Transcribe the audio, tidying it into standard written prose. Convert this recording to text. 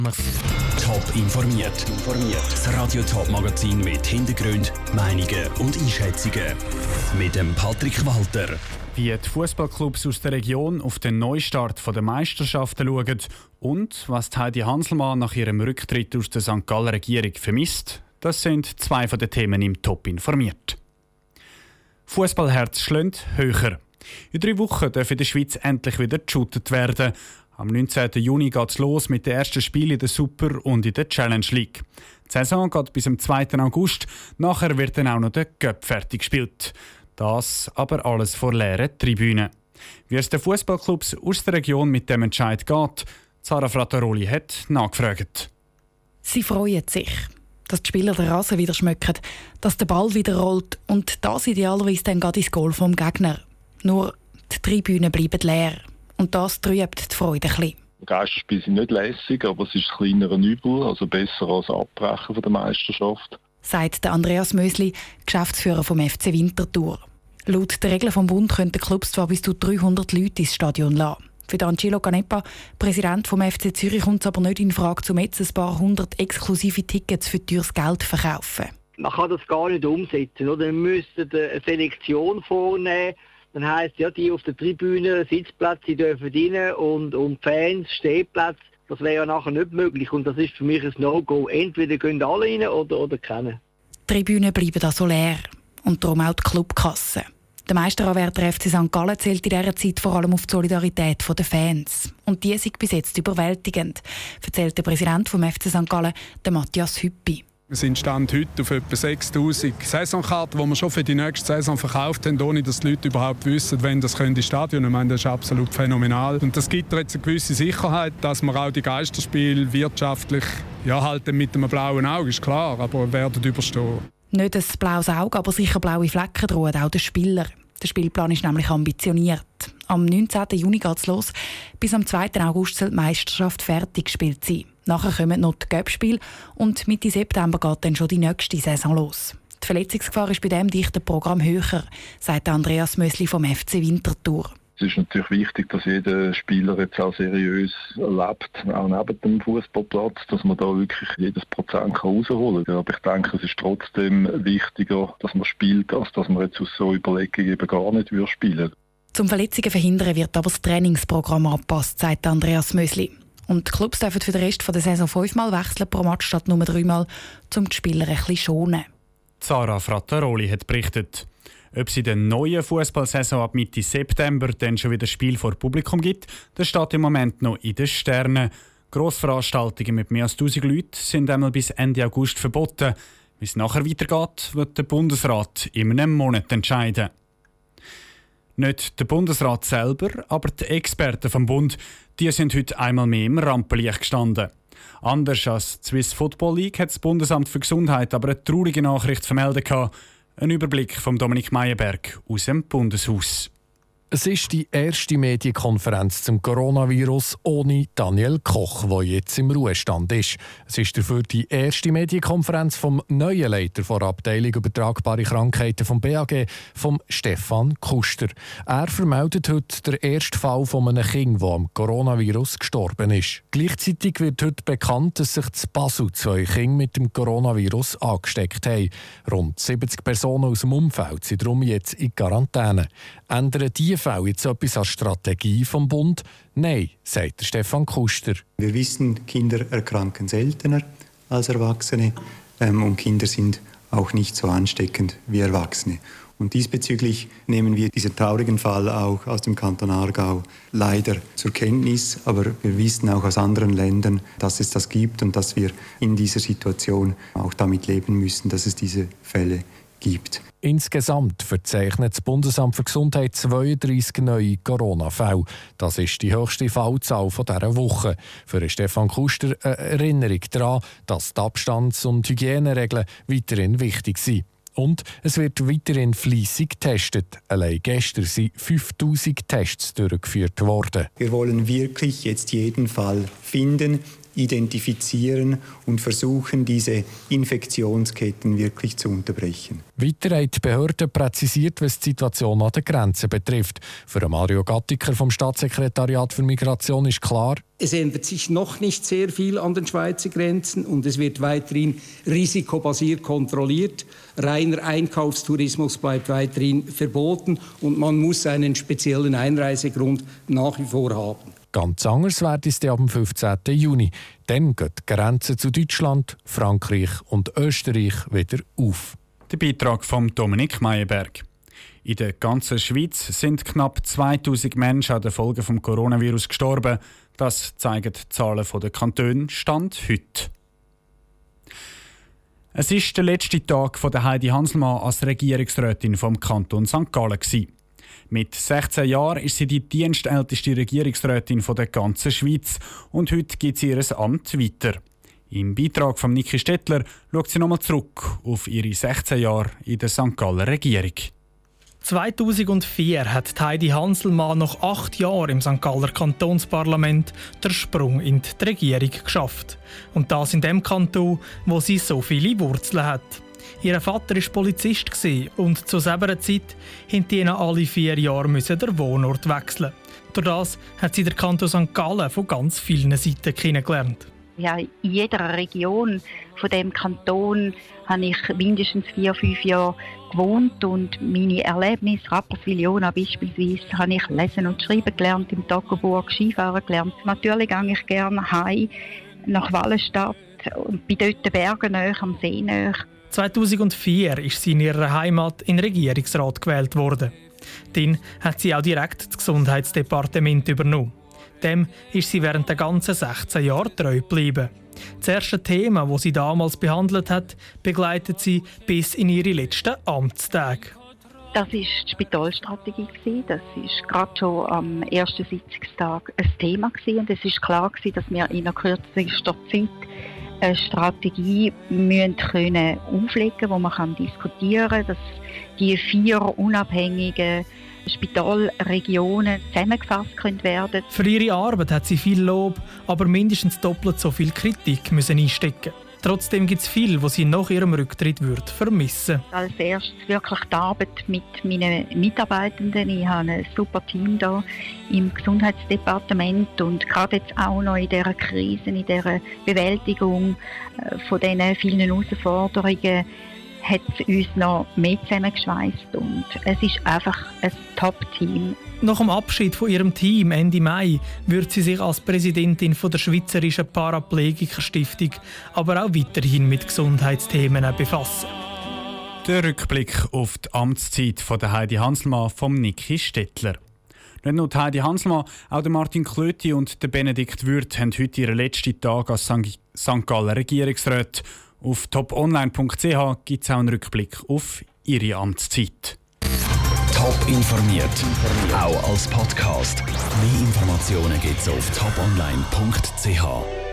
Top informiert. Das Radio Top Magazin mit Hintergrund, Meinungen und Einschätzungen. Mit dem Patrick Walter. Wie die Fußballclubs aus der Region auf den Neustart der Meisterschaften schauen und was Heidi Hanselmann nach ihrem Rücktritt aus der St. Galler Regierung vermisst, das sind zwei von den Themen im Top informiert. Fußballherz schlägt höher. In 3 Wochen darf in der Schweiz endlich wieder geshootet werden. Am 19. Juni geht es los mit den ersten Spielen in der Super- und in der Challenge League. Die Saison geht bis zum 2. August. Nachher wird dann auch noch der Cup fertig gespielt. Das aber alles vor leeren Tribünen. Wie es den Fußballclubs aus der Region mit dem Entscheid geht, Sarah Frattaroli hat nachgefragt. Sie freuen sich, dass die Spieler den Rasen wieder schmücken, dass der Ball wieder rollt und das idealerweise dann geht ins Goal vom Gegner. Nur die Tribünen bleiben leer und das trübt die Freude ein bisschen. Geisterspiele sind nicht lässig, aber es ist ein kleinerer Übel, also besser als Abbrechen von der Meisterschaft. Sagt Andreas Mösli, Geschäftsführer vom FC Winterthur. Laut den Regeln vom Bund können die Clubs zwar bis zu 300 Leute ins Stadion lassen. Für Angelo Canepa, Präsident vom FC Zürich, kommt es aber nicht in Frage, um jetzt ein paar hundert exklusive Tickets für teures Geld zu verkaufen. Man kann das gar nicht umsetzen. Oder? Wir müssen eine Selektion vornehmen. Dann heisst ja, die auf der Tribüne, Sitzplätze, die dürfen rein und Fans, Stehplätze. Das wäre ja nachher nicht möglich und das ist für mich ein No-Go. Entweder gehen alle rein oder keine. Die Tribünen bleiben also leer und darum auch die Clubkasse. Der Meisteranwärter FC St. Gallen zählt in dieser Zeit vor allem auf die Solidarität der Fans. Und die ist bis jetzt überwältigend, erzählt der Präsident vom FC St. Gallen, der Matthias Hüppi. Wir sind Stand heute auf etwa 6'000 Saisonkarten, die wir schon für die nächste Saison verkauft haben, ohne dass die Leute überhaupt wissen, wenn das ins Stadion. Ich meine, das ist absolut phänomenal. Und das gibt jetzt eine gewisse Sicherheit, dass wir auch die Geisterspiele wirtschaftlich halt mit einem blauen Auge, ist klar, aber werden überstehen. Nicht ein blaues Auge, aber sicher blaue Flecken drohen auch den Spieler. Der Spielplan ist nämlich ambitioniert. Am 19. Juni geht es los. Bis am 2. August soll die Meisterschaft fertig gespielt sein. Nachher kommen noch die Cup-Spiele und Mitte September geht dann schon die nächste Saison los. Die Verletzungsgefahr ist bei diesem dichten Programm höher, sagt Andreas Mösli vom FC Winterthur. Es ist natürlich wichtig, dass jeder Spieler jetzt auch seriös lebt, auch neben dem Fußballplatz, dass man da wirklich jedes Prozent rausholen kann. Aber ich denke, es ist trotzdem wichtiger, dass man spielt, als dass man jetzt aus so Überlegungen eben gar nicht spielen würde. Zum Verletzungen verhindern wird aber das Trainingsprogramm angepasst, sagt Andreas Mösli. Und die Clubs dürfen für den Rest der Saison 5-mal wechseln pro Match statt nur 3-mal, um die Spieler ein bisschen schonen. Sarah Frattaroli hat berichtet. Ob es in der neuen Fußballsaison ab Mitte September dann schon wieder Spiel vor Publikum gibt, das steht im Moment noch in den Sternen. Grossveranstaltungen mit mehr als 1000 Leuten sind einmal bis Ende August verboten. Wie es nachher weitergeht, wird der Bundesrat in einem Monat entscheiden. Nicht der Bundesrat selber, aber die Experten vom Bund, die sind heute einmal mehr im Rampenlicht gestanden. Anders als die Swiss Football League hat das Bundesamt für Gesundheit aber eine traurige Nachricht vermeldet. Ein Überblick von Dominik Meyerberg aus dem Bundeshaus. Es ist die erste Medienkonferenz zum Coronavirus ohne Daniel Koch, der jetzt im Ruhestand ist. Es ist dafür die erste Medienkonferenz vom neuen Leiter der Abteilung Übertragbare Krankheiten vom BAG, vom Stefan Kuster. Er vermeldet heute den ersten Fall von einem Kind, das am Coronavirus gestorben ist. Gleichzeitig wird heute bekannt, dass sich in Basel 2 Kinder mit dem Coronavirus angesteckt haben. Rund 70 Personen aus dem Umfeld sind darum jetzt in Quarantäne. Ändern die Fälle jetzt etwas an Strategie vom Bund? Nein, sagt Stefan Kuster. Wir wissen, Kinder erkranken seltener als Erwachsene und Kinder sind auch nicht so ansteckend wie Erwachsene. Und diesbezüglich nehmen wir diesen traurigen Fall auch aus dem Kanton Aargau leider zur Kenntnis. Aber wir wissen auch aus anderen Ländern, dass es das gibt und dass wir in dieser Situation auch damit leben müssen, dass es diese Fälle gibt. Insgesamt verzeichnet das Bundesamt für Gesundheit 32 neue Corona-Fälle. Das ist die höchste Fallzahl dieser Woche. Für Stefan Kuster eine Erinnerung daran, dass die Abstands- und Hygieneregeln weiterhin wichtig sind. Und es wird weiterhin fleissig getestet. Allein gestern sind 5000 Tests durchgeführt worden. Wir wollen wirklich jetzt jeden Fall finden, identifizieren und versuchen, diese Infektionsketten wirklich zu unterbrechen. Weiter haben die Behörden präzisiert, was die Situation an den Grenzen betrifft. Für Mario Gattiker vom Staatssekretariat für Migration ist klar, es ändert sich noch nicht sehr viel an den Schweizer Grenzen und es wird weiterhin risikobasiert kontrolliert. Reiner Einkaufstourismus bleibt weiterhin verboten und man muss einen speziellen Einreisegrund nach wie vor haben. Ganz anders wird es am 15. Juni. Dann gehen die Grenzen zu Deutschland, Frankreich und Österreich wieder auf. Der Beitrag von Dominik Meyerberg. In der ganzen Schweiz sind knapp 2000 Menschen an den Folgen des Coronavirus gestorben. Das zeigen die Zahlen der Kantone Stand heute. Es war der letzte Tag von Heidi Hanselmann als Regierungsrätin vom Kanton St. Gallen. Mit 16 Jahren ist sie die dienstälteste Regierungsrätin der ganzen Schweiz und heute gibt sie ihr Amt weiter. Im Beitrag von Niki Stettler schaut sie nochmal zurück auf ihre 16 Jahre in der St. Galler Regierung. 2004 hat Heidi Hanselmann nach 8 Jahren im St. Galler Kantonsparlament den Sprung in die Regierung geschafft. Und das in dem Kanton, wo sie so viele Wurzeln hat. Ihr Vater war Polizist und zu selber Zeit mussten sie alle 4 Jahre den Wohnort wechseln. Durch das hat sie den Kanton St. Gallen von ganz vielen Seiten kennengelernt. Ja, in jeder Region von dem Kanton habe ich mindestens 4-5 Jahre gewohnt und meine Erlebnisse, Rapperswil-Jona beispielsweise, habe ich lesen und schreiben gelernt, im Toggenburg Skifahren gelernt. Natürlich gehe ich gerne heim nach Wallenstadt und bin dort den Bergen nahe, am See nahe. 2004 ist sie in ihrer Heimat in den Regierungsrat gewählt worden. Dann hat sie auch direkt das Gesundheitsdepartement übernommen. Dem ist sie während der ganzen 16 Jahre treu geblieben. Das erste Thema, das sie damals behandelt hat, begleitet sie bis in ihre letzten Amtstage. Das war die Spitalstrategie. Das war gerade schon am ersten Sitzungstag ein Thema. Und es war klar, dass wir in einer kürzester Zeit eine Strategie auflegen können, wo man diskutieren kann, dass die 4 unabhängigen Spitalregionen zusammengefasst werden können. Für ihre Arbeit hat sie viel Lob, aber mindestens doppelt so viel Kritik müssen einstecken. Trotzdem gibt es viel, was sie nach ihrem Rücktritt vermissen würde. Als erstes wirklich die Arbeit mit meinen Mitarbeitenden. Ich habe ein super Team hier im Gesundheitsdepartement und gerade jetzt auch noch in dieser Krise, in dieser Bewältigung von diesen vielen Herausforderungen hat es uns noch mehr zusammengeschweißt und es ist einfach ein Top-Team. Nach dem Abschied von ihrem Team Ende Mai wird sie sich als Präsidentin der Schweizerischen Paraplegiker-Stiftung aber auch weiterhin mit Gesundheitsthemen befassen. Der Rückblick auf die Amtszeit von der Heidi Hanselmann vom Niki Stettler. Nicht nur die Heidi Hanselmann, auch der Martin Klöti und der Benedikt Würth haben heute ihren letzten Tag als St. Galler Regierungsrat. Auf toponline.ch gibt es auch einen Rückblick auf ihre Amtszeit. Top informiert, auch als Podcast. Mehr Informationen gibt es auf toponline.ch.